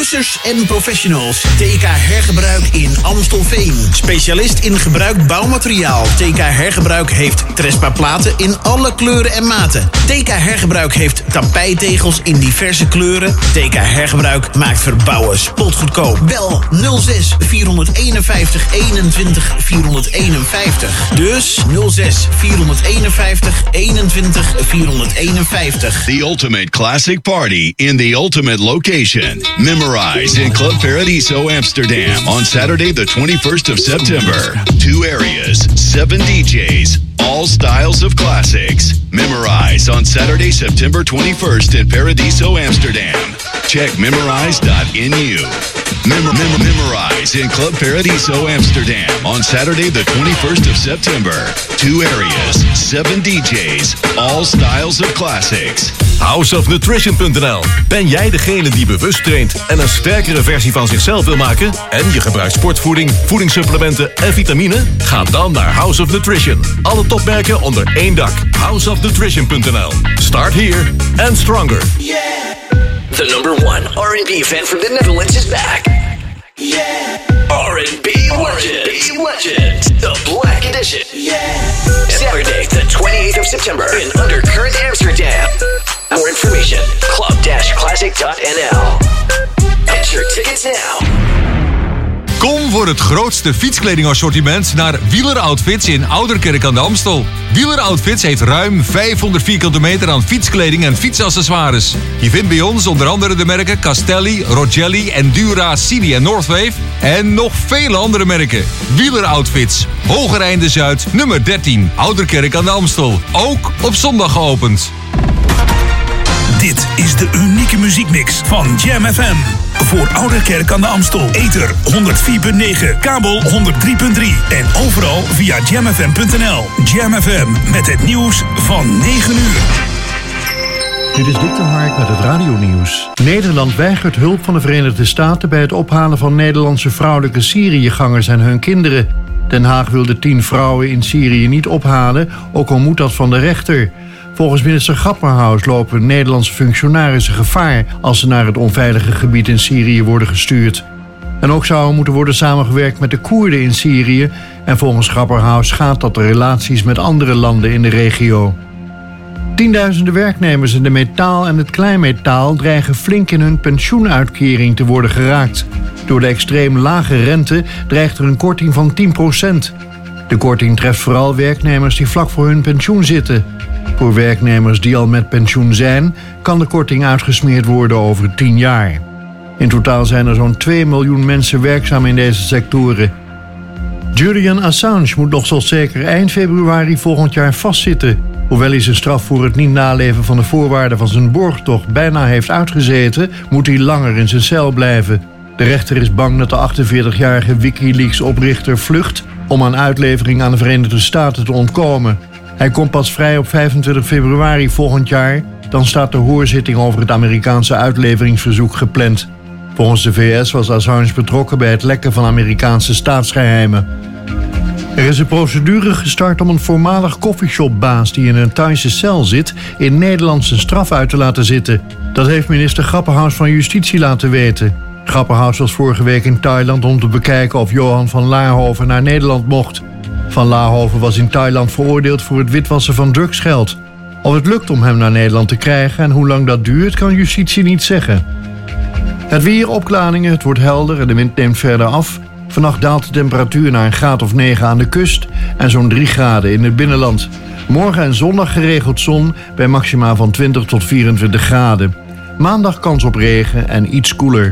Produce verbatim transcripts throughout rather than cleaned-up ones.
Klusers en professionals. T K Hergebruik in Amstelveen. Specialist in gebruikt bouwmateriaal. T K Hergebruik heeft Trespa platen in alle kleuren en maten. T K Hergebruik heeft tapijtegels in diverse kleuren. T K Hergebruik maakt verbouwen spotgoedkoop. Bel nul zes vierhonderdeenenvijftig eenentwintig vierhonderdeenenvijftig. Dus nul zes vierhonderdeenenvijftig eenentwintig vierhonderdeenenvijftig. The ultimate classic party in the ultimate location. Memorize in Club Paradiso Amsterdam on Saturday the twenty-first of September. Two areas, seven D Js, all styles of classics. Memorize on Saturday September twenty-first in Paradiso Amsterdam. Check memorize dot n u. Mem- mem- memorize in Club Paradiso Amsterdam on Saturday the twenty-first of September. Two areas, seven D Js, all styles of classics. house of nutrition punt n l. Ben jij degene die bewust traint en een sterkere versie van zichzelf wil maken? En je gebruikt sportvoeding, voedingssupplementen en vitamine? Ga dan naar House of Nutrition. Alle topmerken onder één dak. house of nutrition punt n l. Start here and stronger. Yeah. The number one R and B fan from the Netherlands is back. Yeah. R and B legend. legend. The Black Edition. Yeah. Saturday, the twenty-eighth of September in Undercurrent Amsterdam. More information, club dash classic dot n l. Get your tickets now. Kom voor het grootste fietskledingassortiment naar Wieler Outfits in Ouderkerk aan de Amstel. Wieler Outfits heeft ruim vijfhonderd vierkante meter aan fietskleding en fietsaccessoires. Je vindt bij ons onder andere de merken Castelli, Rogelli, Endura, Cini en Northwave. En nog vele andere merken. Wieler Outfits, Hogereinde Zuid, nummer dertien, Ouderkerk aan de Amstel. Ook op zondag geopend. Dit is de unieke muziekmix van Jam F M. Voor Ouderkerk aan de Amstel. Ether honderd vier komma negen, kabel honderd drie komma drie. En overal via jam f m punt n l. Jam F M met het nieuws van negen uur. Dit is Dick de Hark met het radionieuws. Nederland weigert hulp van de Verenigde Staten bij het ophalen van Nederlandse vrouwelijke Syriëgangers en hun kinderen. Den Haag wil de tien vrouwen in Syrië niet ophalen, ook al moet dat van de rechter. Volgens minister Grapperhaus lopen Nederlandse functionarissen gevaar als ze naar het onveilige gebied in Syrië worden gestuurd. En ook zou er moeten worden samengewerkt met de Koerden in Syrië. En volgens Grapperhaus schaadt dat de relaties met andere landen in de regio. Tienduizenden werknemers in de metaal- en het kleinmetaal dreigen flink in hun pensioenuitkering te worden geraakt. Door de extreem lage rente dreigt er een korting van tien procent. De korting treft vooral werknemers die vlak voor hun pensioen zitten. Voor werknemers die al met pensioen zijn, kan de korting uitgesmeerd worden over tien jaar. In totaal zijn er zo'n twee miljoen mensen werkzaam in deze sectoren. Julian Assange moet nog tot zeker eind februari volgend jaar vastzitten. Hoewel hij zijn straf voor het niet naleven van de voorwaarden van zijn borgtocht bijna heeft uitgezeten, moet hij langer in zijn cel blijven. De rechter is bang dat de achtenveertigjarige WikiLeaks-oprichter vlucht om aan uitlevering aan de Verenigde Staten te ontkomen. Hij komt pas vrij op vijfentwintig februari volgend jaar. Dan staat de hoorzitting over het Amerikaanse uitleveringsverzoek gepland. Volgens de V S was Assange betrokken bij het lekken van Amerikaanse staatsgeheimen. Er is een procedure gestart om een voormalig koffieshopbaas die in een Thaise cel zit in Nederland zijn straf uit te laten zitten. Dat heeft minister Grapperhaus van Justitie laten weten. Grapperhaus was vorige week in Thailand om te bekijken of Johan van Laarhoven naar Nederland mocht. Van Laarhoven was in Thailand veroordeeld voor het witwassen van drugsgeld. Of het lukt om hem naar Nederland te krijgen en hoe lang dat duurt, kan justitie niet zeggen. Het weer, opklaringen, het wordt helder en de wind neemt verder af. Vannacht daalt de temperatuur naar een graad of negen aan de kust en zo'n drie graden in het binnenland. Morgen en zondag geregeld zon bij maxima van twintig tot vierentwintig graden. Maandag kans op regen en iets koeler.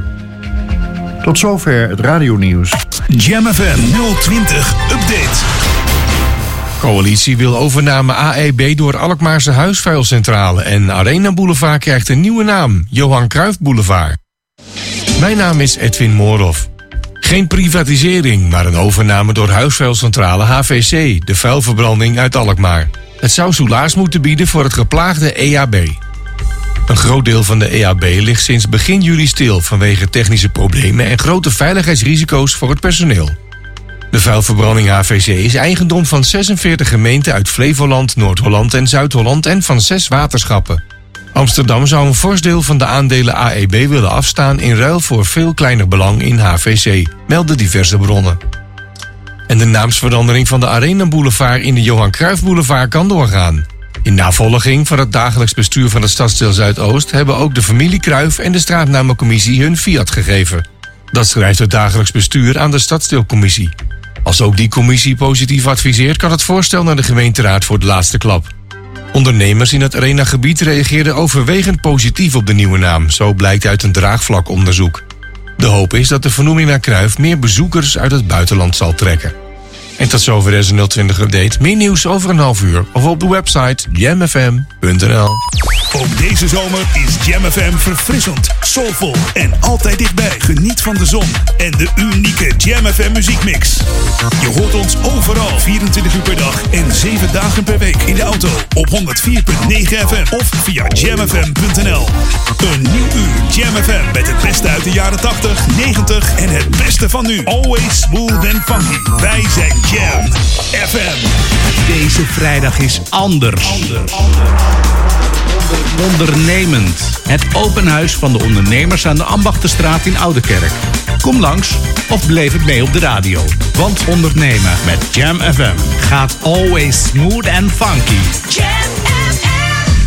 Tot zover het radionieuws. Jam F M nul twintig Update. Coalitie wil overname A E B door Alkmaarse huisvuilcentrale en Arena Boulevard krijgt een nieuwe naam, Johan Cruijff Boulevard. Mijn naam is Edwin Moorhoff. Geen privatisering, maar een overname door huisvuilcentrale H V C, de vuilverbranding uit Alkmaar. Het zou soelaas moeten bieden voor het geplaagde E A B. Een groot deel van de E A B ligt sinds begin juli stil vanwege technische problemen en grote veiligheidsrisico's voor het personeel. De vuilverbranding H V C is eigendom van zesenveertig gemeenten uit Flevoland, Noord-Holland en Zuid-Holland en van zes waterschappen. Amsterdam zou een fors deel van de aandelen A E B willen afstaan in ruil voor veel kleiner belang in H V C, melden diverse bronnen. En de naamsverandering van de Arena Boulevard in de Johan Cruijff Boulevard kan doorgaan. In navolging van het dagelijks bestuur van het stadsdeel Zuidoost hebben ook de familie Cruijff en de straatnamencommissie hun fiat gegeven. Dat schrijft het dagelijks bestuur aan de stadsdeelcommissie. Als ook die commissie positief adviseert, kan het voorstel naar de gemeenteraad voor de laatste klap. Ondernemers in het Arena-gebied reageerden overwegend positief op de nieuwe naam, zo blijkt uit een draagvlakonderzoek. De hoop is dat de vernoeming naar Cruijff meer bezoekers uit het buitenland zal trekken. En tot zover deze nul twintig update. Meer nieuws over een half uur of op de website jam f m punt n l. Ook deze zomer is Jam F M verfrissend, soulvol en altijd dichtbij. Geniet van de zon en de unieke Jam F M muziekmix. Je hoort ons overal, vierentwintig uur per dag en zeven dagen per week. In de auto op honderd vier komma negen F M of via jam f m punt n l. Een nieuw uur Jam F M met het beste uit de jaren tachtig, negentig en het beste van nu. Always smooth and funky. Wij zijn Jam F M. Deze vrijdag is anders. anders. Ondernemend. Het open huis van de ondernemers aan de Ambachtenstraat in Oudekerk. Kom langs of beleef het mee op de radio. Want ondernemen met Jam F M gaat always smooth and funky. Jam F M.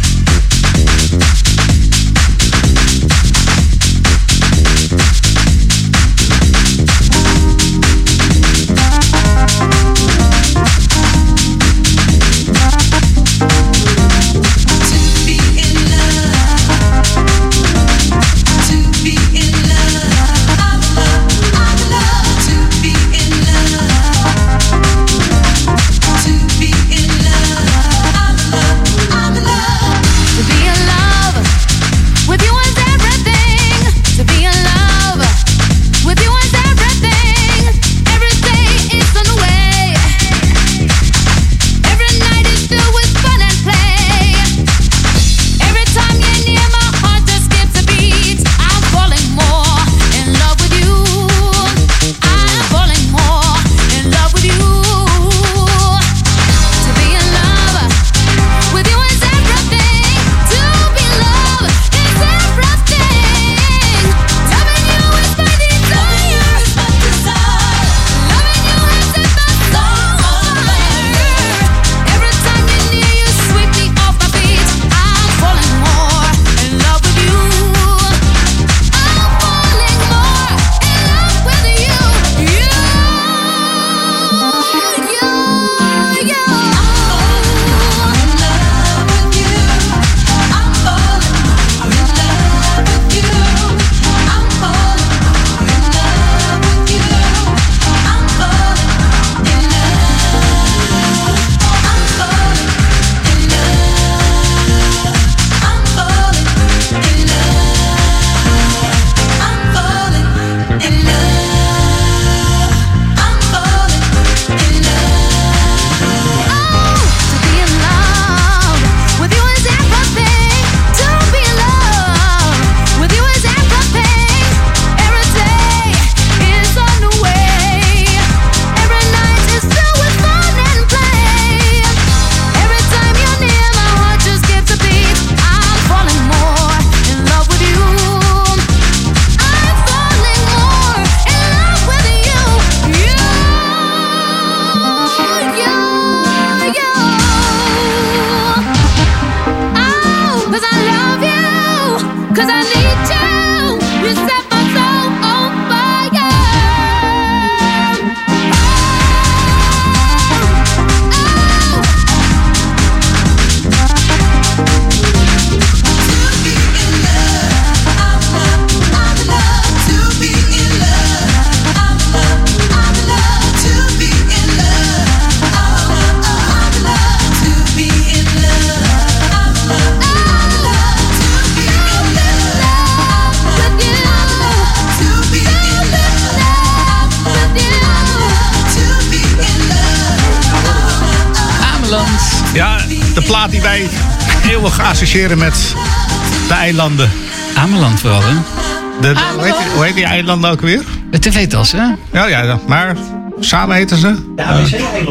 Ja, de plaat die wij eeuwig associëren met de eilanden. Ameland vooral, hè? De, de, hoe, heet die, hoe heet die eilanden ook weer? De tv-tas, hè? Ja, ja, maar samen heten ze? De A B C-eilanden bedoel je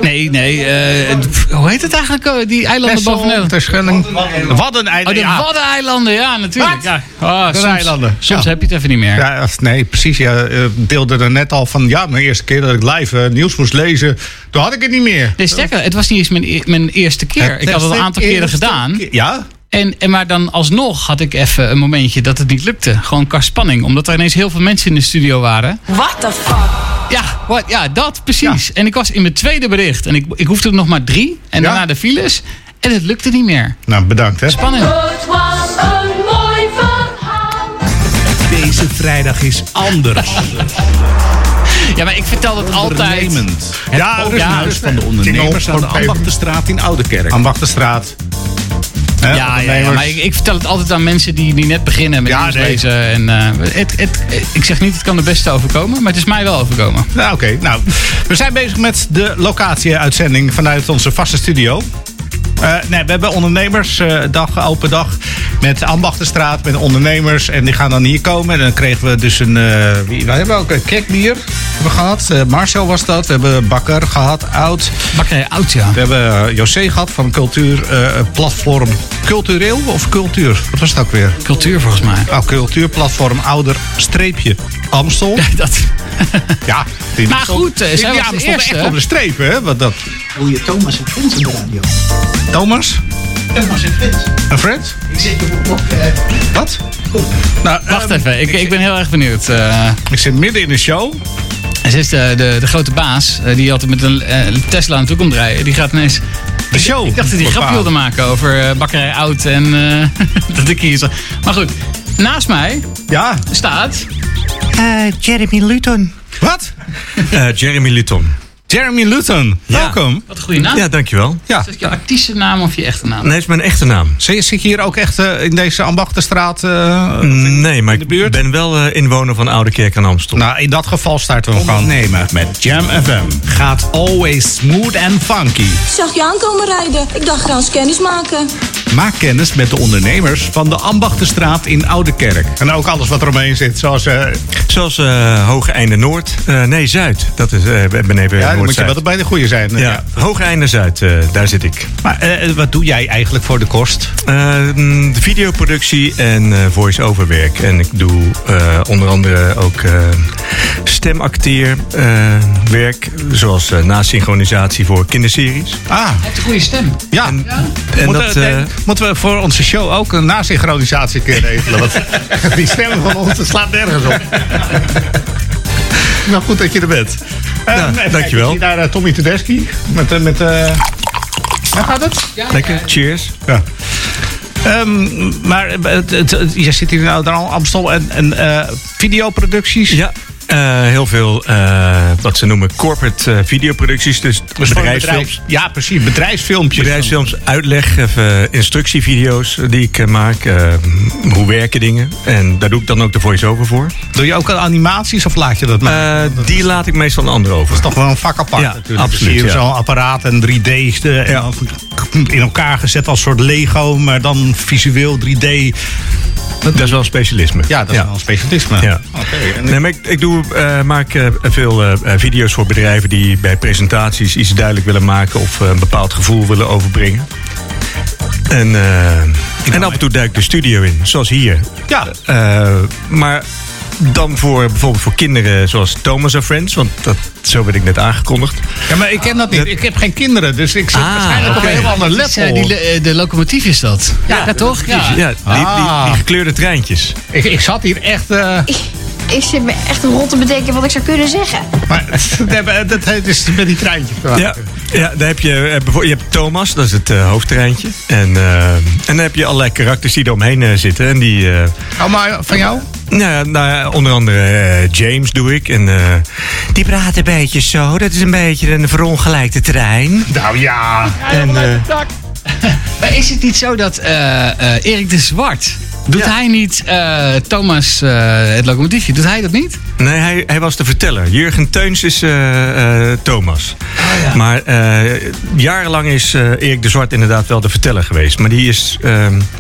Nee, nee. Uh, hoe heet het eigenlijk? Uh, die eilanden Texel, boven Nederland? Terschelling. Waddeneilanden. Oh, de ja. Waddeneilanden, ja, natuurlijk. Ja. Oh, de soms eilanden. soms ja. heb je het even niet meer. Ja, nee, precies. Ja, ik deelde er net al van, ja, mijn eerste keer dat ik live uh, nieuws moest lezen, toen had ik het niet meer. Nee, sterker, het was niet eens mijn, mijn eerste keer. Het ik had het een aantal keren gedaan. Keer. Ja? En, en maar dan alsnog had ik even een momentje dat het niet lukte. Gewoon qua spanning. Omdat er ineens heel veel mensen in de studio waren. What the fuck? Ja, what, ja dat precies. Ja. En ik was in mijn tweede bericht. En ik, ik hoefde er nog maar drie. En ja? daarna de files. En het lukte niet meer. Nou, bedankt hè. Spanning. Het was een mooi verhaal. Deze vrijdag is anders. Ja, maar ik vertel het altijd. Het ja, openhuis ja, van de ondernemers aan de Ambachtenstraat in Oudekerk. Ambachtenstraat. Ja, ja, ja, maar ik, ik vertel het altijd aan mensen die, die net beginnen met ja, nieuws nee. lezen. En, uh, het, het, ik zeg niet, het kan de beste overkomen, maar het is mij wel overkomen. Nou, oké. Okay. Nou, we zijn bezig met de locatie-uitzending vanuit onze vaste studio. Uh, nee, we hebben ondernemersdag, uh, open dag met Ambachtenstraat, met ondernemers. En die gaan dan hier komen. En dan kregen we dus een... Uh, wie, we hebben ook een kekbier hebben gehad. Uh, Marcel was dat. We hebben Bakker gehad, Oud. Bakker Oud, ja. We hebben uh, José gehad van cultuurplatform uh, Cultureel of Cultuur? Wat was het ook weer? Cultuur volgens mij. Oh, cultuurplatform Ouder streepje Amstel. Ja, dat... ja. Die maar goed, uh, die, zij die, was die de stond eerste. echt op de streep, hè? Wat dat... Hoe je Thomas en Friends op de radio. Thomas? Thomas en Friends. Een friend? Ik zit op de klok. Uh... Wat? Goed. Nou, Wacht um, even, ik, ik, ik ben heel erg benieuwd. Uh... Ik zit midden in de show. En ze is de, de, de grote baas, uh, die altijd met een uh, Tesla naartoe komt rijden. Die gaat ineens... De show. Ik dacht dat hij een grapje wilde maken over uh, Bakkerij Oud en uh, dat ik hier zo... Maar goed, naast mij ja. staat... Uh, Jeremy Luton. Wat? Uh, Jeremy Luton. Jeremy Luton, ja. Welkom. Wat een goede naam. Ja, dankjewel. Ja. Is dat je artiestennaam of je echte naam? Nee, het is mijn echte naam. Zit je hier ook echt uh, in deze Ambachtenstraat? Uh, nee, maar ik ben wel uh, inwoner van Oudekerk aan Amstel. Nou, in dat geval starten we gewoon. Ondernemen met Jam F M gaat always smooth and funky. Zag je aankomen rijden? Ik dacht, gaan eens kennis maken. Maak kennis met de ondernemers van de Ambachtenstraat in Oudekerk. En ook alles wat er omheen zit, zoals... Uh... Zoals uh, Hoge Einde Noord. Uh, nee, Zuid. Dat is uh, ben even ja, dan moet je wel bij de goede zijn. Ja, ja. Hoge Einde Zuid, uh, daar zit ik. Maar uh, wat doe jij eigenlijk voor de kost? Uh, de videoproductie en uh, voice-over werk. En ik doe uh, onder andere ook uh, stemacteer uh, werk. Zoals uh, nasynchronisatie voor kinderseries. Ah. Hij heeft een goede stem. Ja. En, ja. En moeten, dat, uh, denk, moeten we voor onze show ook een nasynchronisatie een keer regelen? Want die stem van ons slaat nergens op. Nou, goed dat je er bent. Uh, ja, nee, dankjewel. Kijk, daar uh, Tommy Tedeschi. Met... Uh, met uh... Hoe gaat het? Ja, lekker, cheers. Ja. Um, maar het, het, het, je zit hier nou al Amstel en, en uh, videoproducties. Ja. Uh, heel veel, uh, wat ze noemen, corporate uh, videoproducties. Dus, dus bedrijfsfilms. Bedrijf, ja, precies. Bedrijfsfilmpjes. Bedrijfsfilms, uitleg, even instructievideo's die ik uh, maak. Uh, hoe werken dingen. En daar doe ik dan ook de voice-over voor. Doe je ook al animaties of laat je dat maken? Uh, die laat ik meestal een ander over. Dat is toch wel een vak apart ja, natuurlijk. Absoluut, dus hier ja. zo'n apparaat en drie D's de, en ja. in elkaar gezet als soort Lego. Maar dan visueel drie D... Dat, dat is wel een specialisme. Ja, dat is ja. wel een specialisme. Ja. Okay, nee, maar ik, ik doe, uh, maak uh, veel uh, video's voor bedrijven die bij presentaties iets duidelijk willen maken of uh, een bepaald gevoel willen overbrengen. En, uh, en af en toe duik ik de studio in, zoals hier. Ja. Uh, maar dan voor bijvoorbeeld voor kinderen zoals Thomas and Friends, want dat, zo werd ik net aangekondigd. Ja, maar ik ken dat niet. Dat... Ik heb geen kinderen, dus ik zit ah, waarschijnlijk okay. op een heel ander level. Uh, die, uh, de locomotief is dat. Ja, ja, dat toch? Ja, ja die, ah. die, die gekleurde treintjes. Ik, ik zat hier echt... Uh... Ik, ik zit me echt rot te bedenken wat ik zou kunnen zeggen. Maar dat heeft dus met die treintjes te maken. Ja, ja, daar heb je, je hebt Thomas, dat is het uh, hoofdtreintje. En, uh, en dan heb je allerlei karakters die er omheen uh, zitten. En die, uh, oh, maar van jou? Nou, nou, onder andere uh, James doe ik. En, uh, die praat een beetje zo. Dat is een beetje een verongelijkte trein. Nou ja. En, uh, maar is het niet zo dat uh, uh, Erik de Zwart... Doet ja. hij niet uh, Thomas uh, het locomotiefje? Doet hij dat niet? Nee, hij, hij was de verteller. Jurgen Teuns is uh, uh, Thomas. Oh, ja. Maar uh, jarenlang is uh, Erik de Zwart inderdaad wel de verteller geweest. Maar die is uh,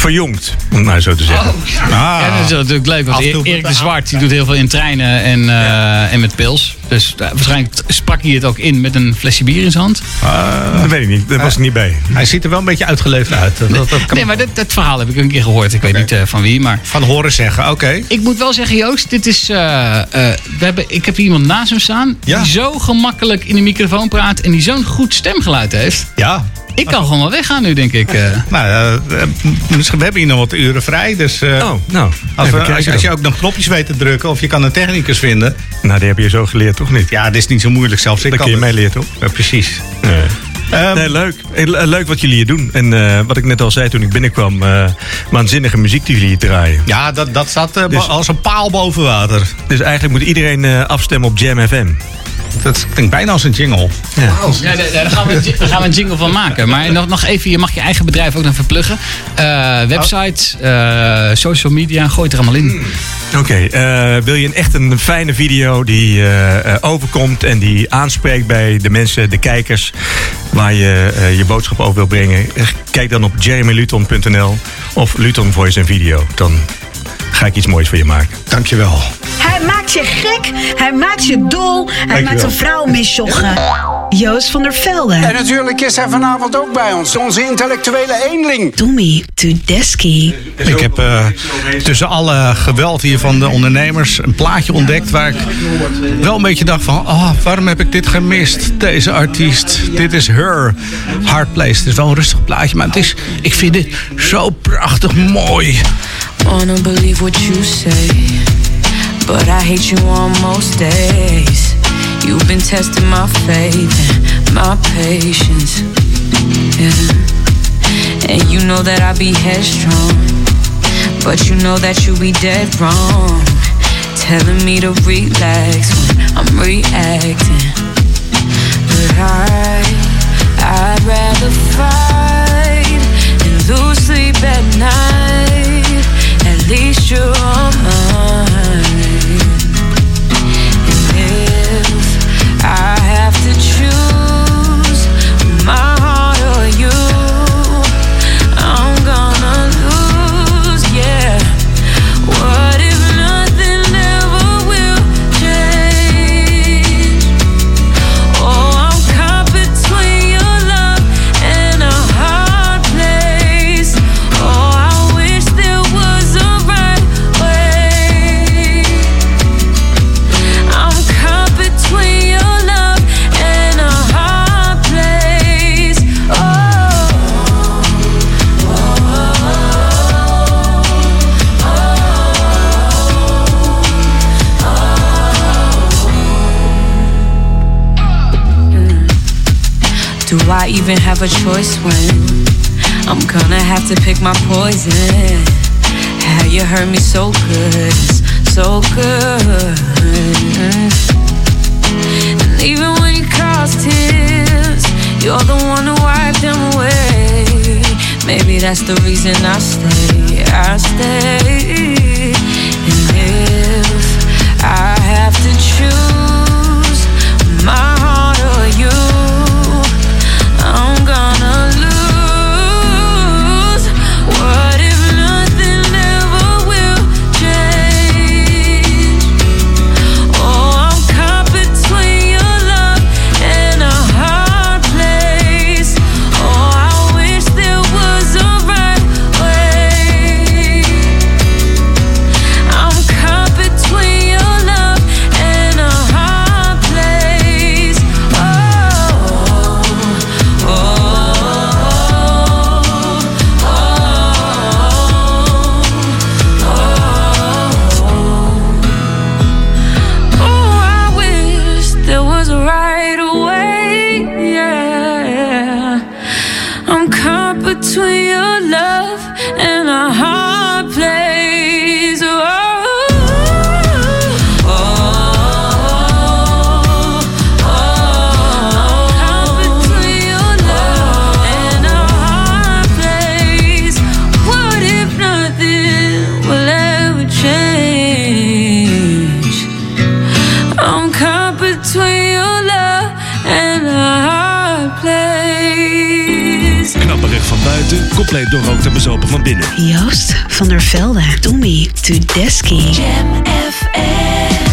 verjongd, om het maar zo te zeggen. Oh. Ah. Ja, dat is natuurlijk leuk, want Erik de Zwart die doet heel veel in treinen en, uh, ja. en met pils. Dus uh, waarschijnlijk sprak hij het ook in met een flesje bier in zijn hand. Uh, dat weet ik niet, daar was ik niet bij. Hij ziet er wel een beetje uitgeleefd uit. Dat, nee, dat kan... nee, maar dat, dat verhaal heb ik een keer gehoord. Ik okay. weet niet uh, van wie, maar... Van horen zeggen, oké. Okay. Ik moet wel zeggen, Joost, dit is... Uh, uh, we hebben, ik heb hier iemand naast hem staan ja. die zo gemakkelijk in de microfoon praat en die zo'n goed stemgeluid heeft. Ja. Ik kan gewoon wel weggaan nu, denk ik. Uh. Nou, uh, misschien we hebben hier nog wat uren vrij. Dus uh, oh, nou, als, we, als, je, als je ook nog knopjes weet te drukken of je kan een technicus vinden. Nou, die heb je zo geleerd, toch niet? Ja, dit is niet zo moeilijk zelfs. Ik dat kan kun je het. mij leren, toch? Ja, precies. Nee. Um, nee, leuk. Leuk wat jullie hier doen. En uh, wat ik net al zei toen ik binnenkwam, uh, waanzinnige muziek die jullie hier draaien. Ja, dat, dat staat uh, dus, als een paal boven water. Dus eigenlijk moet iedereen uh, afstemmen op Jam F M. Dat klinkt bijna als een jingle. Ja, ja daar, gaan we, daar gaan we een jingle van maken. Maar nog, nog even, je mag je eigen bedrijf ook nog verpluggen. Uh, website, uh, social media, gooi het er allemaal in. Mm. Oké, okay, uh, wil je een echt een fijne video die uh, uh, overkomt en die aanspreekt bij de mensen, de kijkers, waar je uh, je boodschap over wil brengen? Kijk dan op jeremy luton punt n l of Luton Voice en Video. Dan ga ik iets moois voor je maken. Dankjewel. Hij maakt je gek, hij maakt je dol, hij Dankjewel. maakt een vrouw misjoggen. Joost van der Velde. En natuurlijk is hij vanavond ook bij ons, onze intellectuele eenling. Tommy Tudeski. Ik heb uh, tussen alle geweld hier van de ondernemers een plaatje ontdekt waar ik wel een beetje dacht van, oh, waarom heb ik dit gemist? Deze artiest, dit is Her. Hard Place. Het is wel een rustig plaatje, maar het is, ik vind dit zo prachtig mooi. Wanna believe what you say, but I hate you on most days. You've been testing my faith and my patience, yeah. And you know that I be headstrong, but you know that you be dead wrong. Telling me to relax when I'm reacting, but I, I'd rather fight and lose sleep at night. At least you're on mine. And if I have to choose my heart or you, I'm gonna lose, yeah. What if nothing ever will change? Oh, I'm caught between your love and a hard place. Oh, I wish there was a right way. I'm caught between your love and a hard place. Oh, oh, do I even have a choice when I'm gonna have to pick my poison? How you hurt me so good, so good. And even when you cause tears, you're the one who wiped them away. Maybe that's the reason I stay, I stay. And if I have to choose my heart or you, I'm gonna lose. What if nothing ever will change? Oh, I'm caught between your love and a hard place. Oh, I wish there was a right way. I'm caught between your love and a hard place. Oh, oh, oh, oh, I wish there was a right way, yeah. I'm caught between your love and a hard place. Oh, oh, oh, I'm caught between your love and a hard place. What if nothing will ever change? I'm caught between your love and a hard place. Knapperig van buiten, koppig compleet doorrookt en bezopen van binnen. Joost van der Velde, Tommy Tudeski. Jam F M.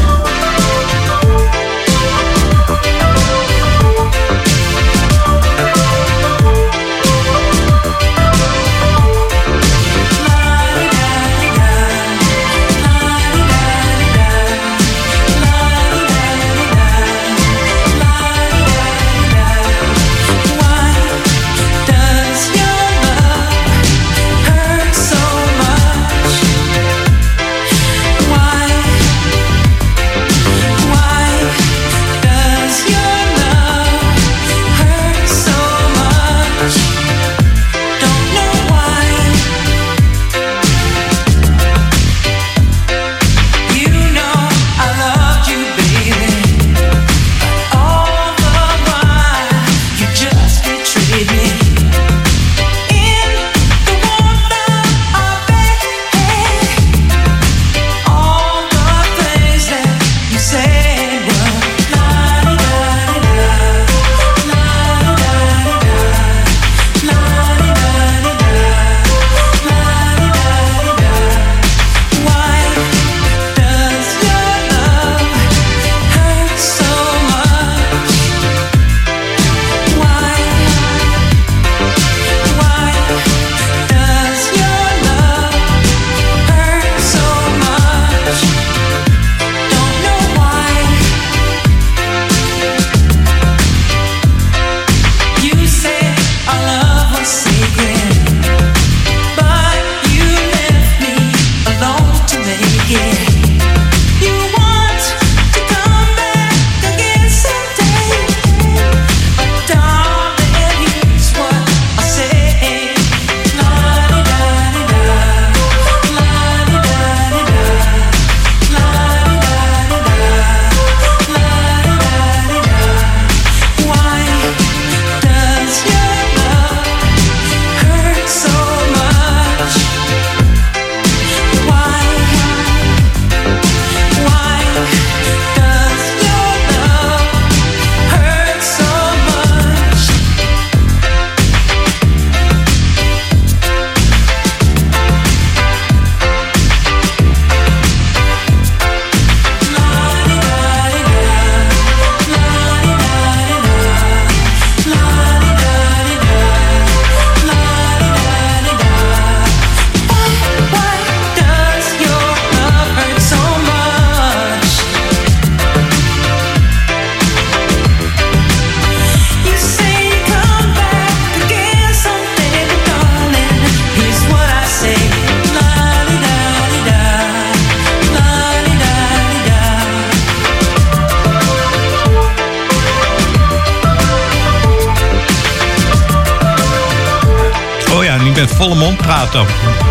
Met volle mond praten.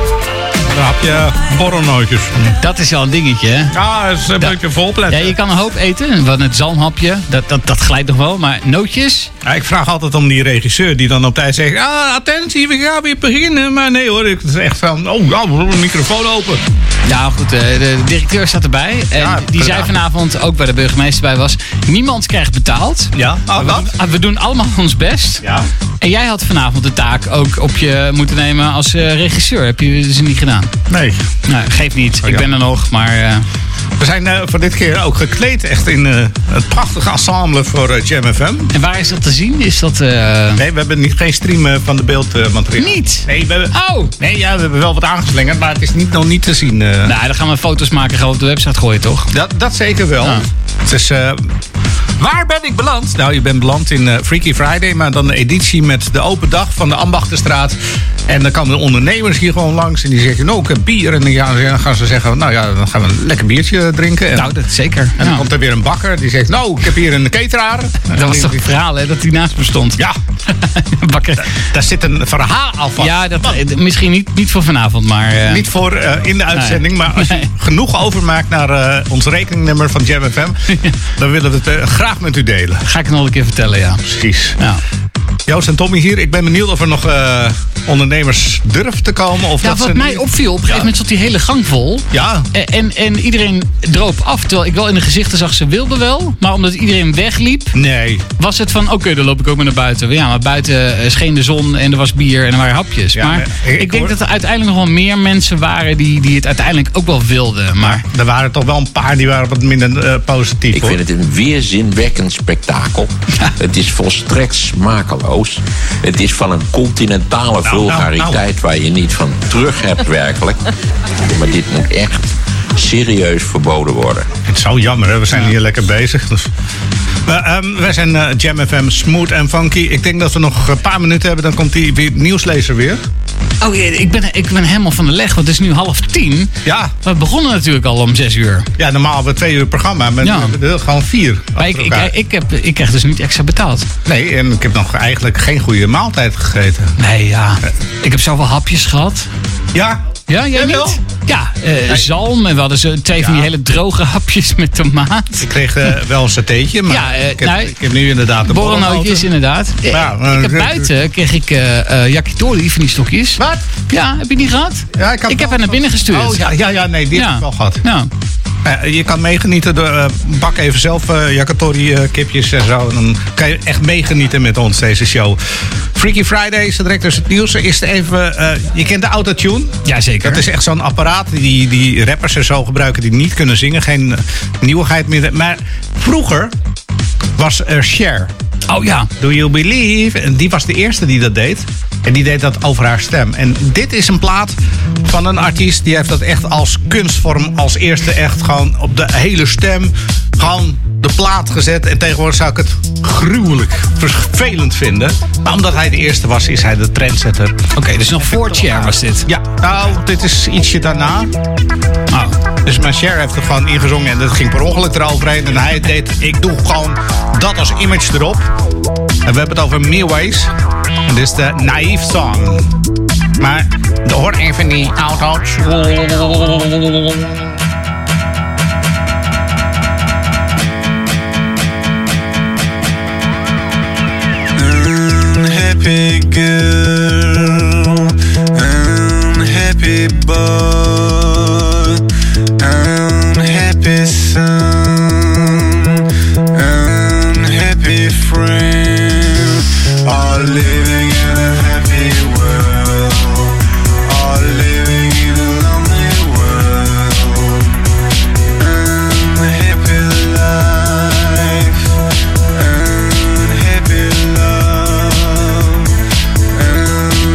Dan heb je borrelnootjes. Dat is wel een dingetje, hè? Ja, dat is een beetje volpletten. Ja, je kan een hoop eten. Wat het zalmhapje, dat, dat, dat glijdt nog wel. Maar nootjes? Ja, ik vraag altijd om die regisseur die dan op tijd zegt... Ah, attentie, we gaan weer beginnen. Maar nee hoor, het is echt van... Oh, nou, een microfoon open. Nou goed, de directeur staat erbij. En ja, die zei vanavond, ook waar de burgemeester bij was... Niemand krijgt betaald. Ja, oh, we, doen, we doen allemaal ons best. Ja. En jij had vanavond de taak ook op je moeten nemen als uh, regisseur. Heb je dus niet gedaan? Nee. Nou, geeft niet. Oh, ik ja. ben er nog, maar... Uh... We zijn uh, voor dit keer ook gekleed echt in uh, het prachtige ensemble voor uh, Jam F M. En waar is dat te zien? Is dat... Uh... Nee, we hebben niet, geen stream uh, van de beeldmateriaal. Uh, niet? Nee, we hebben, oh! Nee, ja, we hebben wel wat aangeslingerd, maar het is niet, nog niet te zien. Uh... Nou, dan gaan we foto's maken en gaan we op de website gooien, toch? Dat, dat zeker wel. Ah. Het is... Uh, Waar ben ik beland? Nou, je bent beland in uh, Freaky Friday, maar dan een editie met de open dag van de Ambachtenstraat. En dan komen de ondernemers hier gewoon langs en die zeggen, nou, ik heb bier. En dan gaan ze zeggen, nou ja, dan gaan we een lekker biertje drinken. En, nou, dat zeker. En dan ja. komt er weer een bakker, die zegt, nou, ik heb hier een cateraar. Dat was toch een verhaal, hè, dat hij naast me stond? Ja. bakker. Da, daar zit een verhaal al van. Ja, dat, misschien niet, niet voor vanavond, maar... Uh... Niet voor uh, in de uitzending, nee. maar als je nee. genoeg overmaakt naar uh, ons rekeningnummer van Jam F M, dan willen we het uh, graag met u delen. Ga ik nog een keer vertellen, ja. Precies. Ja. Joost en Tommy hier. Ik ben benieuwd of er nog uh, ondernemers durven te komen. Of ja, dat wat ze mij niet... opviel, op een gegeven ja. moment zat die hele gang vol. Ja. En, en, en iedereen droop af. Terwijl ik wel in de gezichten zag, ze wilden wel. Maar omdat iedereen wegliep, nee. was het van, oké, okay, dan loop ik ook maar naar buiten. Ja, maar buiten scheen de zon en er was bier en er waren hapjes. Ja, maar nee, ik, ik denk hoor... dat er uiteindelijk nog wel meer mensen waren die, die het uiteindelijk ook wel wilden. Maar er waren toch wel een paar die waren wat minder uh, positief. Ik hoor. vind het een weerzinwekkend spektakel. Ja. Het is volstrekt smakeloos. Het is van een continentale nou, vulgariteit nou, nou. waar je niet van terug hebt werkelijk. Maar dit moet echt serieus verboden worden. Het is zo jammer, hè? We zijn ja. hier lekker bezig. Dus... Uh, um, wij zijn uh, Jam F M, smooth en funky. Ik denk dat we nog een paar minuten hebben, dan komt die weer, nieuwslezer weer. Oh, ik ben, ik ben helemaal van de leg, want het is nu half tien. Ja. We begonnen natuurlijk al om zes uur. Ja, normaal hebben we twee uur programma, maar ja. we hebben gewoon vier. Maar ik, ik, ik, heb, ik krijg dus niet extra betaald. Nee, en ik heb nog eigenlijk geen goede maaltijd gegeten. Nee, ja. Ik heb zoveel hapjes gehad. Ja? Ja, jij niet? Wel? Ja, uh, nee. zalm en we hadden zo twee ja. van die hele droge hapjes met tomaat. Ik kreeg uh, wel een satéetje, maar ja, uh, ik, heb, nou, ik heb nu inderdaad de borrelnootjes. inderdaad. Ja, uh, ik heb buiten kreeg ik uh, uh, yakitori van die stokjes. Wat? Ja, heb je die gehad? Ja, ik heb ik heb haar naar binnen gestuurd. Oh, ja, ja, ja, nee, die ja. heb ik wel gehad. Ja. Uh, je kan meegenieten, door, uh, bak even zelf uh, yakitori uh, kipjes en zo. En dan kan je echt meegenieten met ons, deze show. Freaky Friday is direct dus het nieuws. Eerst even, uh, je kent de autotune? Jazeker. Dat is echt zo'n apparaat die, die rappers en zo gebruiken die niet kunnen zingen. Geen uh, nieuwigheid meer. Maar vroeger was er Cher. Oh ja. Do You Believe? En die was de eerste die dat deed. En die deed dat over haar stem. En dit is een plaat van een artiest. Die heeft dat echt als kunstvorm als eerste echt gewoon op de hele stem. Gewoon de plaat gezet. En tegenwoordig zou ik het gruwelijk vervelend vinden. Maar omdat hij de eerste was, is hij de trendsetter. Oké, okay, dus nog voor Cher was dit? Ja, nou, dit is ietsje daarna. Oh. Dus mijn Cher heeft er gewoon ingezongen. En dat ging per ongeluk eroverheen. En hij deed, ik doe gewoon dat als image erop. En we hebben het over Meerways. En dit is de Naïef Song. Maar hoor even die auto's. Unhappy girl, unhappy boy, unhappy son, unhappy friend, all living in a happy world, all living in a lonely world, unhappy life, unhappy love,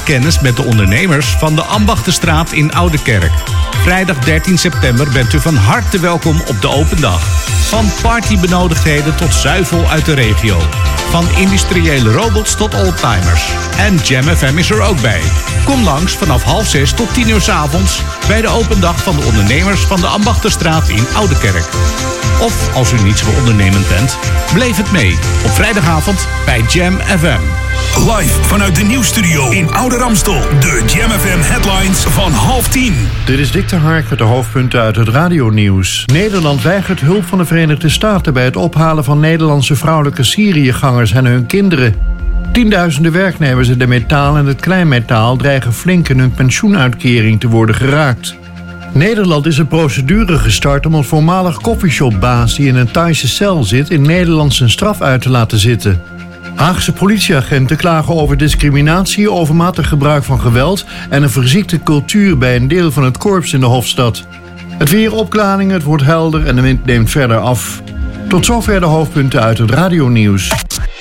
kennis met de ondernemers van de Ambachtenstraat in Oudekerk. Vrijdag dertien september bent u van harte welkom op de open dag. Van partybenodigdheden tot zuivel uit de regio. Van industriële robots tot oldtimers. En Jam F M is er ook bij. Kom langs vanaf half zes tot tien uur 's avonds bij de open dag van de ondernemers van de Ambachtenstraat in Oudekerk. Of als u niet zo ondernemend bent, beleef het mee op vrijdagavond bij Jam F M. Live vanuit de nieuwsstudio in Oude Ramstel. De Jam F M headlines van half tien. Dit is Dick de Hark met de hoofdpunten uit het radionieuws. Nederland weigert hulp van de Verenigde Staten bij het ophalen van Nederlandse vrouwelijke Syriëgangers en hun kinderen. Tienduizenden werknemers in de metaal en het kleinmetaal dreigen flink in hun pensioenuitkering te worden geraakt. Nederland is een procedure gestart om een voormalig koffieshopbaas die in een Thaise cel zit in Nederland zijn straf uit te laten zitten. Haagse politieagenten klagen over discriminatie, overmatig gebruik van geweld en een verziekte cultuur bij een deel van het korps in de Hofstad. Het weer opklaringen, het wordt helder en de wind neemt verder af. Tot zover de hoofdpunten uit het radionieuws.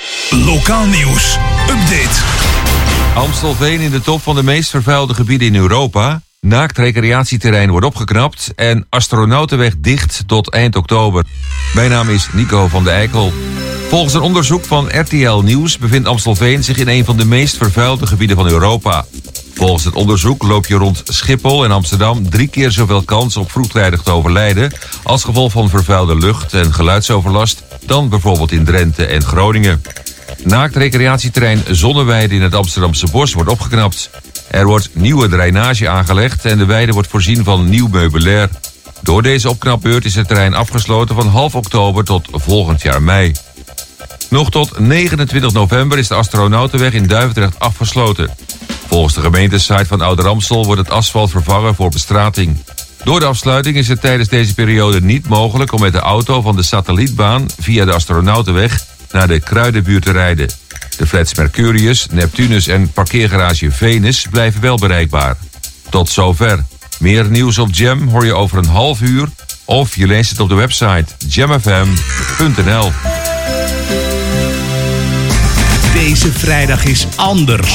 Lokaal nieuws. Update. Amstelveen in de top van de meest vervuilde gebieden in Europa. Naakt recreatieterrein wordt opgeknapt en astronautenweg dicht tot eind oktober. Mijn naam is Nico van de Eikel. Volgens een onderzoek van R T L Nieuws bevindt Amstelveen zich in een van de meest vervuilde gebieden van Europa. Volgens het onderzoek loop je rond Schiphol en Amsterdam drie keer zoveel kans op vroegtijdig te overlijden als gevolg van vervuilde lucht en geluidsoverlast dan bijvoorbeeld in Drenthe en Groningen. Naakt recreatieterrein Zonneweide in het Amsterdamse Bos wordt opgeknapt. Er wordt nieuwe drainage aangelegd en de weide wordt voorzien van nieuw meubilair. Door deze opknapbeurt is het terrein afgesloten van half oktober tot volgend jaar mei. Nog tot negenentwintig november is de astronautenweg in Duivendrecht afgesloten. Volgens de gemeentesite van Ouder-Amstel wordt het asfalt vervangen voor bestrating. Door de afsluiting is het tijdens deze periode niet mogelijk om met de auto van de satellietbaan via de astronautenweg naar de Kruidenbuurt te rijden. De flats Mercurius, Neptunus en parkeergarage Venus blijven wel bereikbaar. Tot zover. Meer nieuws op Jam hoor je over een half uur of je leest het op de website jam f m punt n l. Deze vrijdag is anders.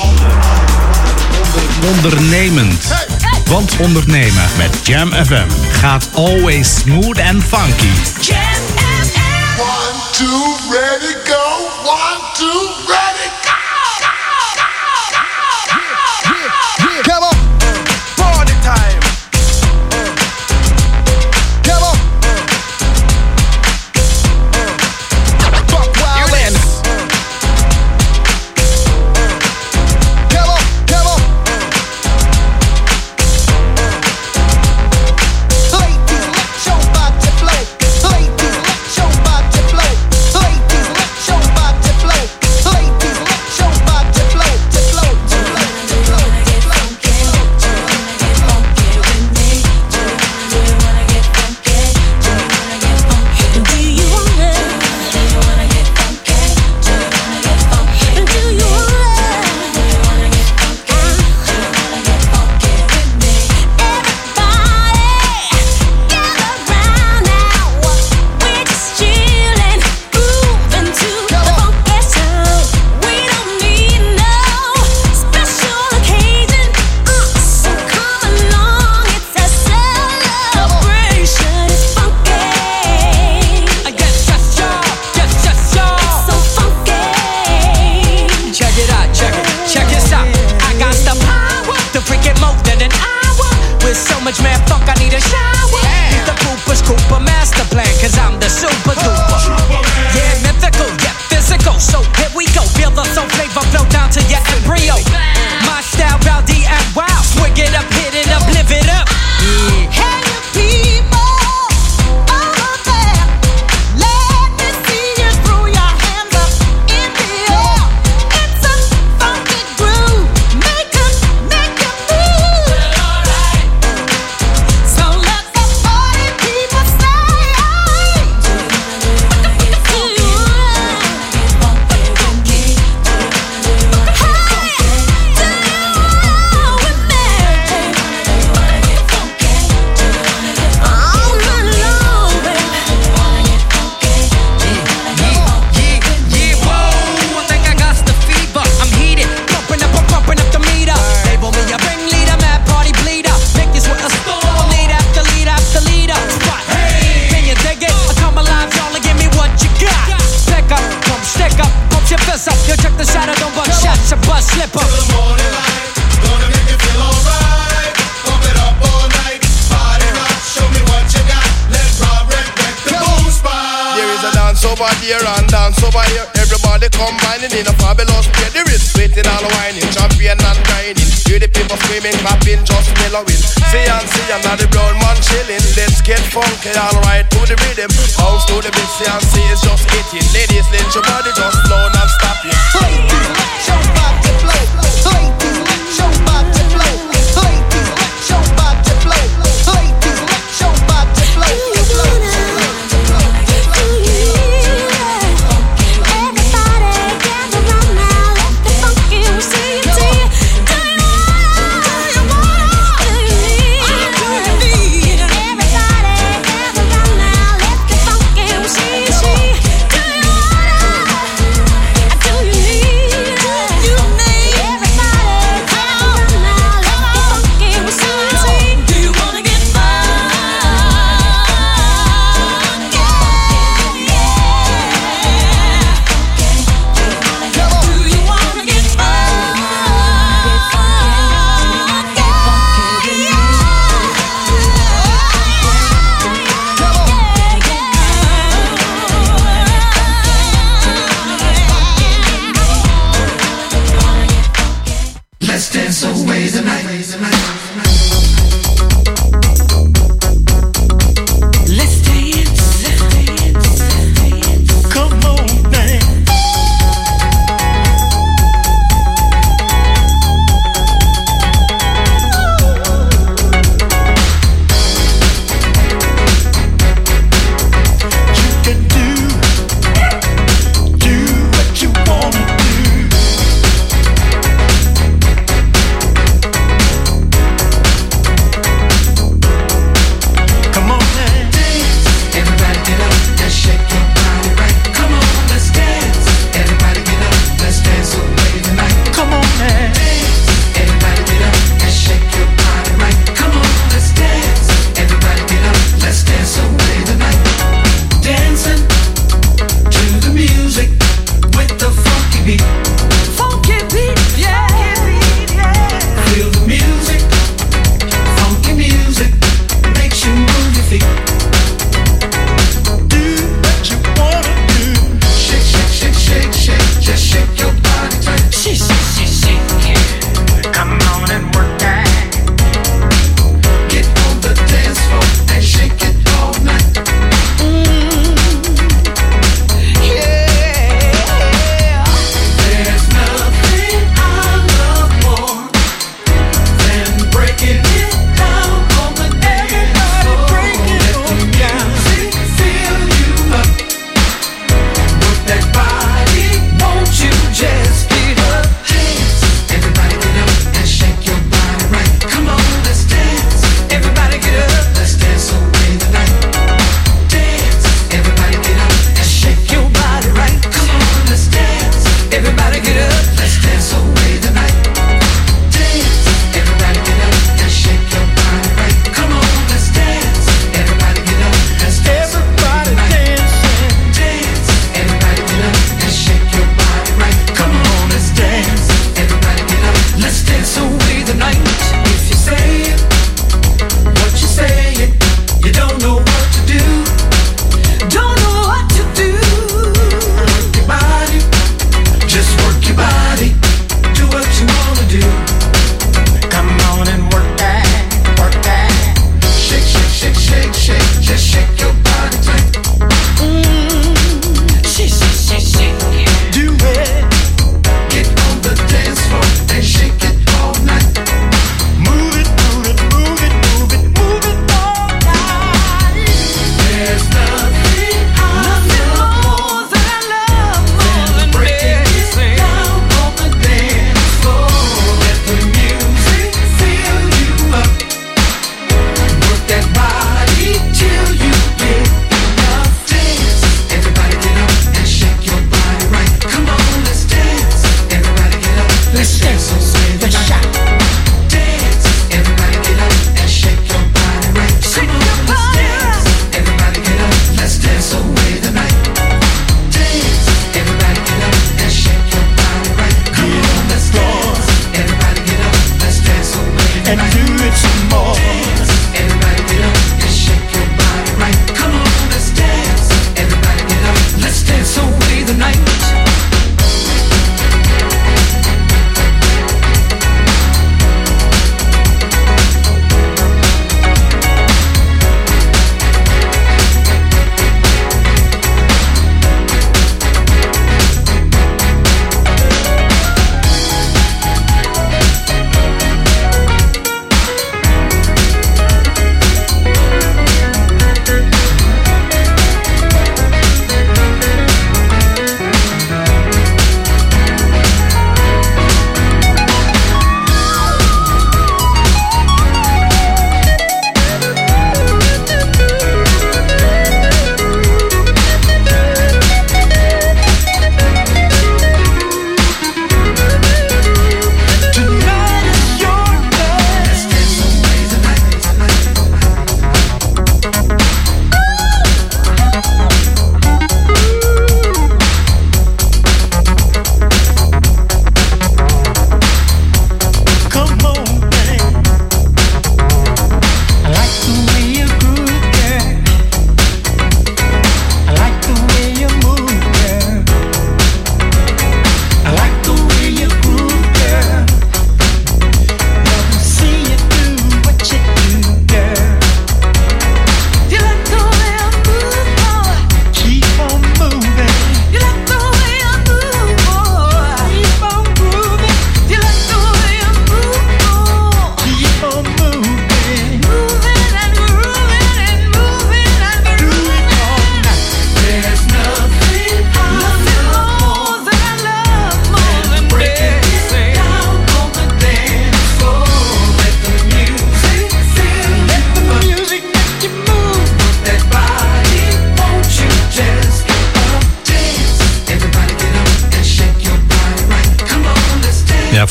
Ondernemend. Want ondernemen met Jam F M gaat always smooth and funky. Jam F M. One, two, ready, go. One, two, ready, go. Come on. Party time. Come on. Fuck wild ass. Come on, come on. Ladies, let your body flow. Ladies, let your body flow. Ladies, let your body flow. Ladies. over there and dance over here. Everybody combining in a fabulous way. There is sweating and whining, champion and grinding. Hear the people screaming, clapping, just mellowing. See and see, and now the brown man chilling. Let's get funky, alright, to the rhythm. Bounce to the beat, see and see, it's just hitting. Ladies, let your body just flow and stop it. Ladies, let your body flow. Ladies, let your body flow. Ladies, let your body flow. Ladies, let your body flow.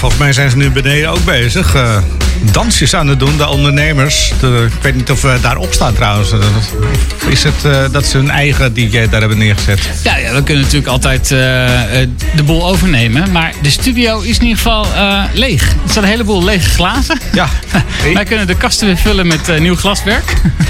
volgens mij zijn ze nu beneden ook bezig. Uh, dansjes aan het doen, de ondernemers. De, ik weet niet of we daarop staan trouwens. Is het uh, dat ze hun eigen D J daar hebben neergezet? Ja, ja we kunnen natuurlijk altijd uh, de boel overnemen. Maar de studio is in ieder geval uh, leeg. Er staan een heleboel lege glazen. Ja. Wij kunnen de kasten weer vullen met uh, nieuw glaswerk.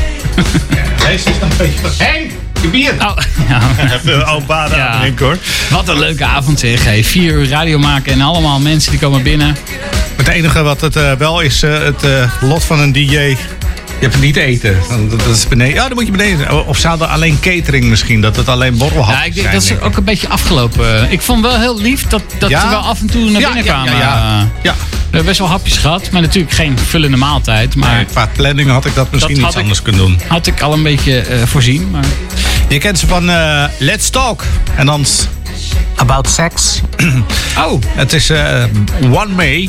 Deze is dan een beetje van... Henk, je bier! Oh, ja. Even opa daar Ja. Henk, hoor. Wat een leuke avond zeg. Hey, vier uur radio maken en allemaal mensen die komen binnen. Het enige wat het uh, wel is, uh, het uh, lot van een D J... Je hebt het niet eten. Dat, dat is beneden. Ja, dan moet je beneden. Of zouden alleen catering misschien? Dat het alleen borrelhapjes Ja, ik denk zijn. dat is denk ik. ook een beetje afgelopen. Ik vond wel heel lief dat, dat Ja? ze wel af en toe naar Ja, binnen ja, kwamen. ja, ja. Ja. We hebben best wel hapjes gehad, maar natuurlijk geen vullende maaltijd. Maar Nee, qua planning had ik dat misschien dat iets had ik- anders kunnen doen. had ik al een beetje uh, voorzien. Maar... Je kent ze van uh, Let's Talk. En dan s- About Sex. Oh. Het is uh, One Way.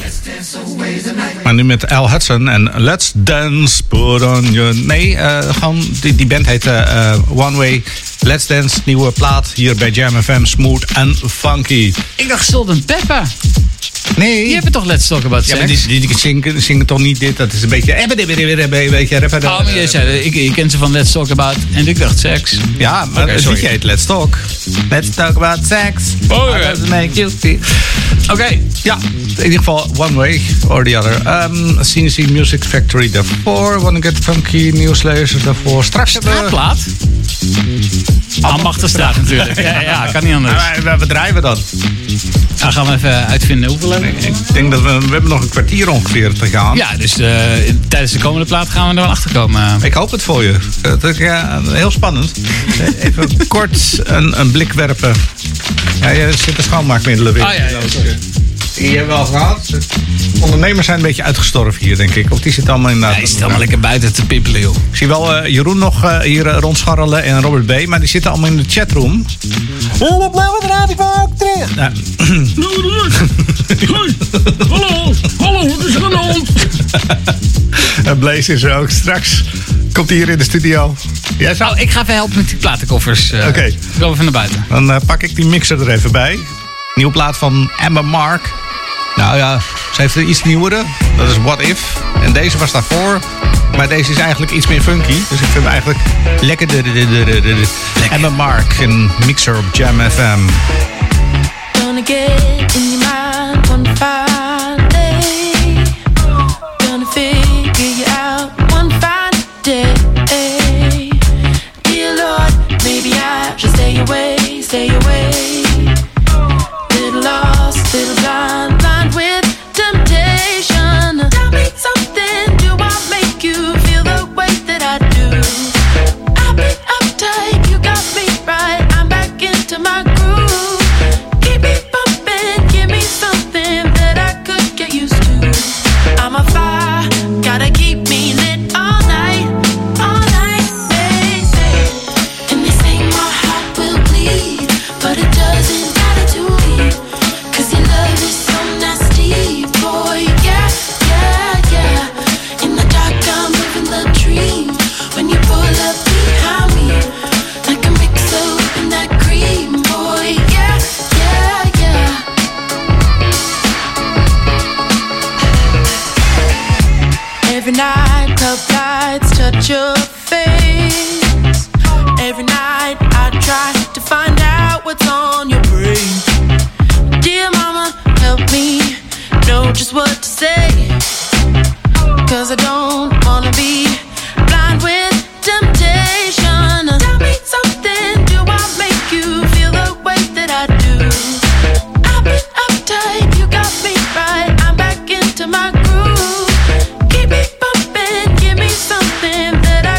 Maar nu met Al Hudson en Let's Dance, put on your... Nee, uh, gewoon, die, die band heet uh, One Way. Let's Dance, nieuwe plaat hier bij Jam F M. Smooth and funky. Ik dacht Salt and Pepper. Nee. Die hebben toch Let's Talk About Ja, Sex? maar die, die, die zingen, zingen toch niet dit? Dat is een beetje... Een beetje rappen. Oh, maar je zei, ik, ik ken ze van Let's Talk About en ik dacht seks. Ja, maar Oké, het sorry. liedje heet Let's Talk. Let's talk about sex. Oh, How ja. does it make you feel? Oké, ja. In ieder geval One Way or the Other. Um, C N C Music Factory daarvoor. Wanna Get Funky, Nieuwslezer daarvoor. Straks hebben we... Straatplaat? Ambachtenstraat natuurlijk. Ja, ja, kan niet anders. Ja, maar wat draaien we dan? Dan gaan we even uitvinden hoeveel hebben we. Ik denk dat we... We hebben nog een kwartier ongeveer te gaan. Ja, dus uh, tijdens de komende plaat gaan we er wel achter komen. Ik hoop het voor je. Dat is ja, heel spannend. Even kort een, een blik werpen. Ja, er zitten schoonmaakmiddelen weer. Oh, ja, ja, sorry. Die hebben we al gehad. Ondernemers zijn een beetje uitgestorven hier, denk ik. Of die zitten allemaal in... Ja, die zitten allemaal lekker buiten te pippelen, joh. Ik zie wel uh, Jeroen nog uh, hier uh, rondscharrelen en Robert B. Maar die zitten allemaal in de chatroom. Wat blijven de radio ook terug? Nou, Hallo, hallo, wat is er aan de hand? En Blaze is er ook. Straks komt hij hier in de studio. Jij zou... Oh, ik ga even helpen met die platenkoffers. Uh, Oké. Okay. Ik wil even naar buiten. Dan uh, pak ik die mixer er even bij. Nieuwe plaat van Emma Mark. Nou ja, ze heeft een iets nieuwere. Dat is What If. En deze was daarvoor. Maar deze is eigenlijk iets meer funky. Dus ik vind hem eigenlijk lekker. De, de, de, de, de. Emma Mark, een mixer op Jam F M. Gonna get in your mind one fine day. Gonna figure you out one fine day. Dear Lord, maybe I should stay away, stay away. Little lost, little blind, blind with temptation. Tell me something, do I make you feel the way that I do? I've been uptight, you got me right, I'm back into my groove. Keep me bumping, give me something that I could get used to. I'm a fire, gotta keep me lit all night, all night, baby. And they say my heart will bleed, but it doesn't matter to me. Cause your love is so nasty, boy, yeah, yeah, yeah. In the dark I'm living the dream, when you pull up behind me, like a mix-up in that cream, boy, yeah, yeah, yeah. Every night club lights touch your face. Every night I try to find out what's on your brain. Dear mama, help me know just what to say. Cause I don't wanna be blind with temptation. Tell me something, do I make you feel the way that I do? I've been uptight, you got me right, I'm back into my groove. Keep me bumping, give me something that I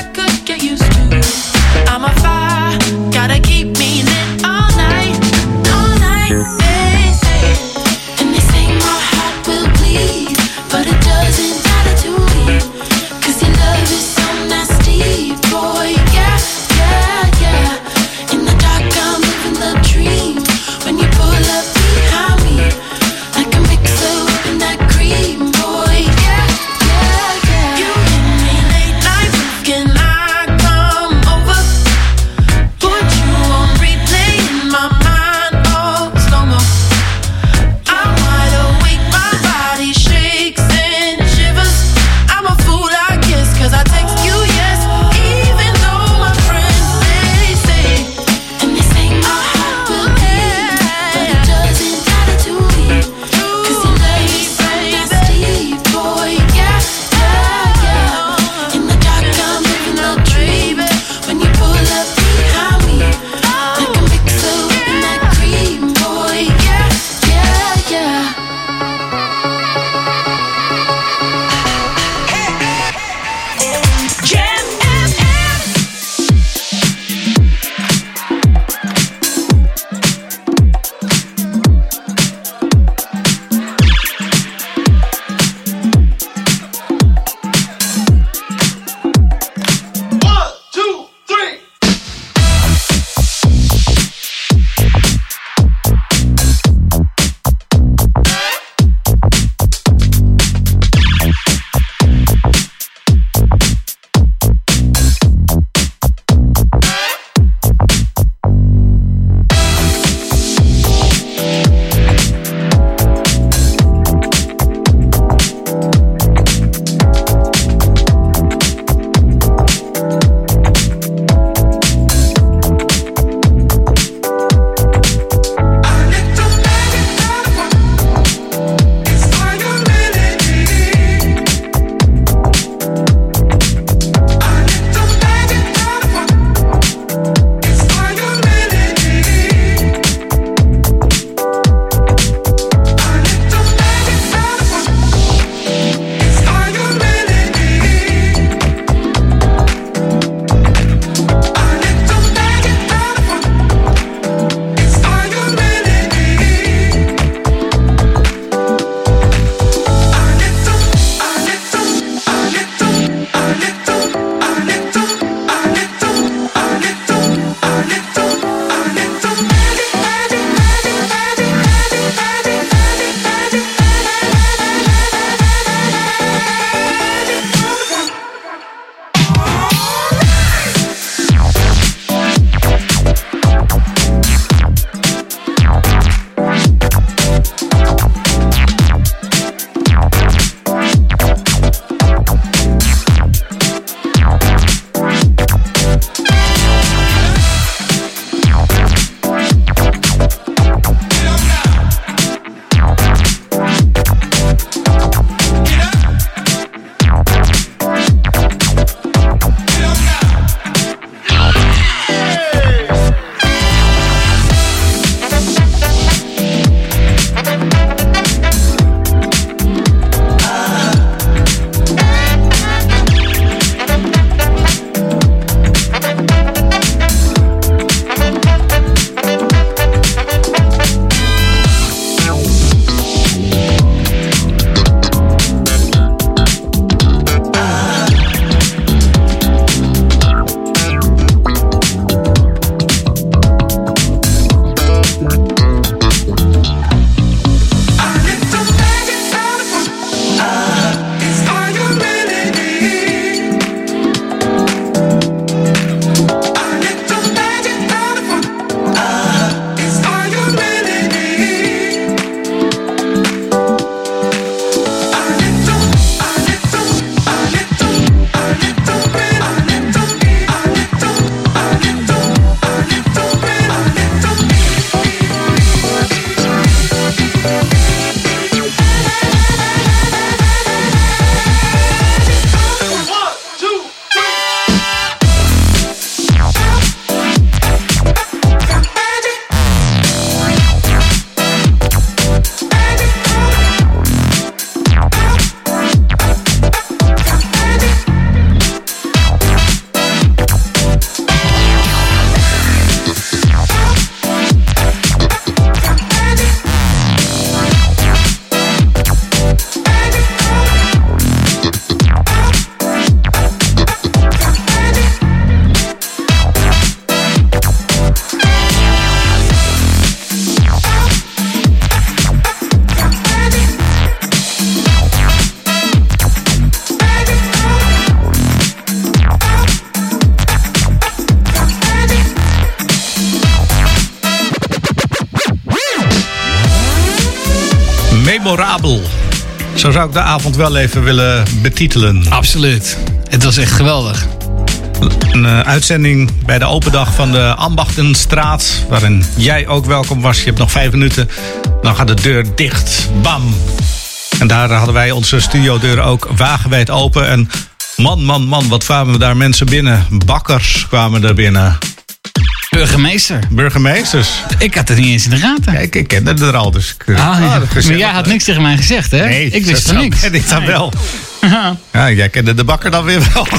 memorabel. Zo zou ik de avond wel even willen betitelen. Absoluut. Het was echt geweldig. Een uh, uitzending bij de open dag van de Ambachtenstraat. Waarin jij ook welkom was. Je hebt nog vijf minuten. Dan gaat de deur dicht. Bam. En daar hadden wij onze studiodeur ook wagenwijd open. En man, man, man, wat kwamen we daar mensen binnen. Bakkers kwamen er binnen. Burgemeester. Burgemeesters. Ik had het niet eens in de gaten. Ja, ik, ik kende het er al, dus... Ik, ah, ja. ah, maar jij had niks tegen mij gezegd, hè? Nee, ik wist van niks. En ik dan nee. wel. Ja, jij kende de bakker dan weer wel.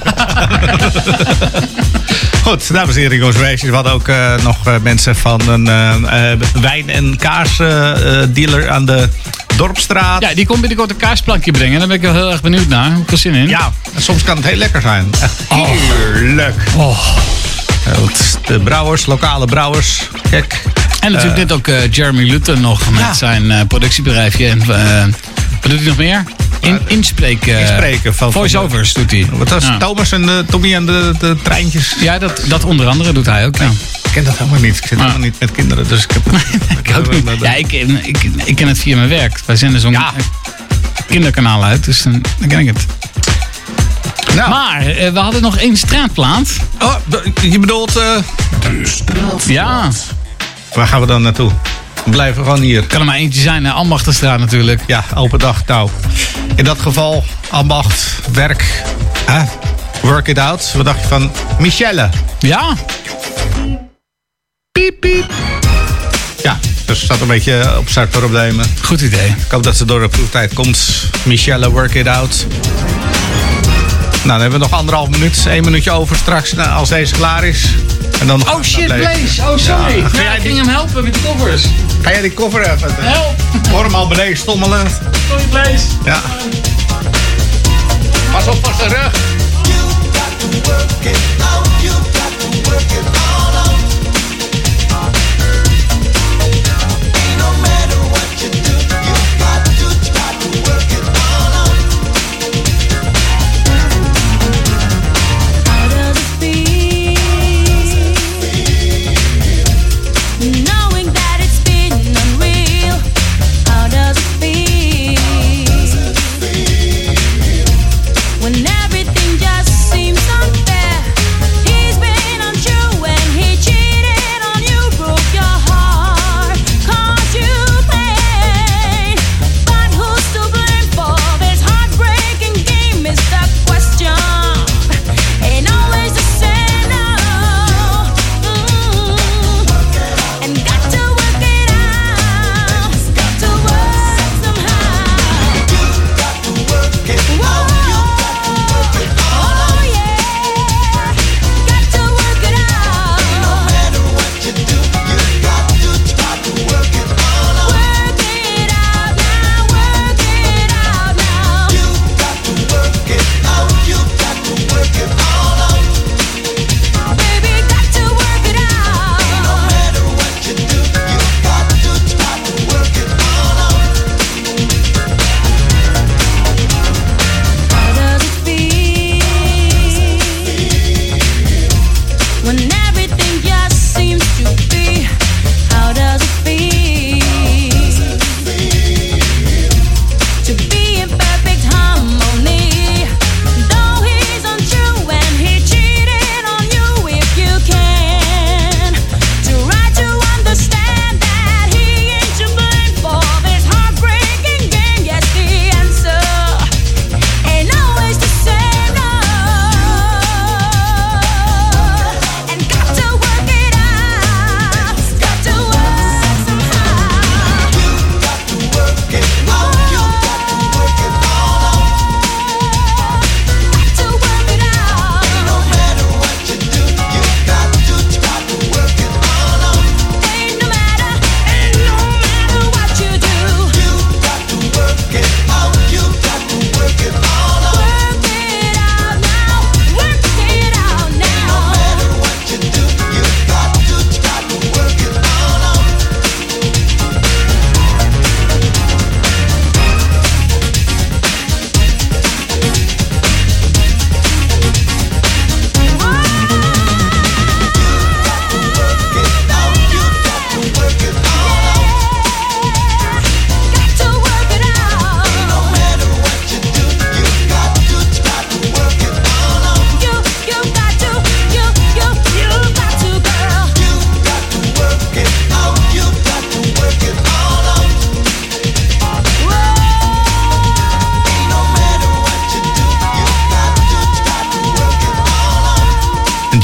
Goed, dames en heren, jongens, meisjes. We hadden ook uh, nog uh, mensen van een uh, uh, wijn- en kaarsdealer uh, aan de Dorpstraat. Ja, die komt binnenkort een kaasplankje brengen. Daar ben ik wel heel erg benieuwd naar. Heb ik er zin in. Ja, en soms kan het heel lekker zijn. Echt heerlijk. Oh. Oh. De brouwers, lokale brouwers. Kijk. En natuurlijk uh, net ook uh, Jeremy Lutten nog met ja. zijn uh, productiebedrijfje. En uh, wat doet hij nog meer? In, inspreken. Inspreken. Van voice-overs doet hij. Wat was ja. Thomas en de, Tommy en de, de treintjes? Ja, dat, dat onder andere doet hij ook. Ja. Ik ken dat helemaal niet. Ik zit ja. helemaal niet met kinderen. Dus ik heb ik ook niet. Ja, ik, ik, ik ken het via mijn werk. Wij zenden zo'n ja. kinderkanaal uit. Dus dan, dan ken ik het. Nou. Maar uh, we hadden nog één straatplaat. Oh, je bedoelt... Uh... De straatplaat. Ja. Waar gaan we dan naartoe? We blijven gewoon hier. Kan er maar eentje zijn, hè? Ambachtenstraat natuurlijk. Ja, open dag. Nou, in dat geval ambacht, werk, hè? Work it out. Wat dacht je van Michelle? Ja. Piep, piep. Ja, dus staat een beetje op startproblemen. Goed idee. Ik hoop dat ze door de proeftijd komt. Michelle, work it out. Nou, dan hebben we nog anderhalf minuut. Eén minuutje over straks, nou, als deze klaar is. En dan oh shit, Blaze. Oh, sorry. Ja, ja, ik ging hem helpen met de covers. Ga jij die cover even? Help. Hoor hem al beneden stommelen. Sorry, Blaze. Ja. Pas op voor zijn rug. When everything just seems unfair, he's been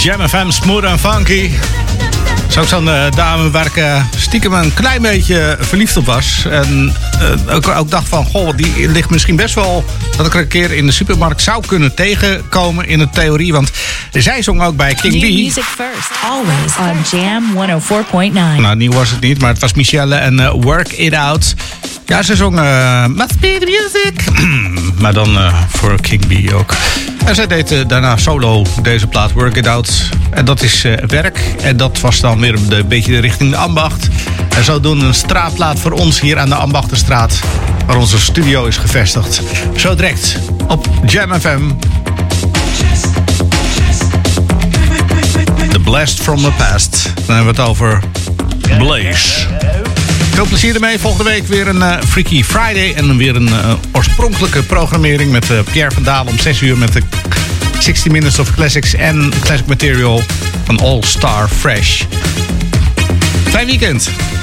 Jam F M, smooth en funky. Zo ook zo'n uh, dame waar ik uh, stiekem een klein beetje verliefd op was. En uh, ook, ook dacht van, goh, die ligt misschien best wel... dat ik er een keer in de supermarkt zou kunnen tegenkomen in de theorie. Want zij zong ook bij King New B. music first, always on Jam honderdvier komma negen. Nou, nieuw was het niet, maar het was Michelle en uh, Work It Out. Ja, ze zong uh, Must Be The Music. Maar dan uh, voor King B ook. En zij deed uh, daarna solo deze plaat Work It Out. En dat is uh, werk. En dat was dan weer een de, beetje richting de ambacht. En zo doen een straatplaat voor ons hier aan de Ambachtenstraat. Waar onze studio is gevestigd. Zo direct op Jam F M. The Blast From The Past. Dan hebben we het over Blaze. Veel plezier ermee. Volgende week weer een uh, Freaky Friday. En weer een uh, oorspronkelijke programmering met uh, Pierre van Dalen om zes uur met de zestig Minutes of Classics en Classic Material van All Star Fresh. Fijn weekend.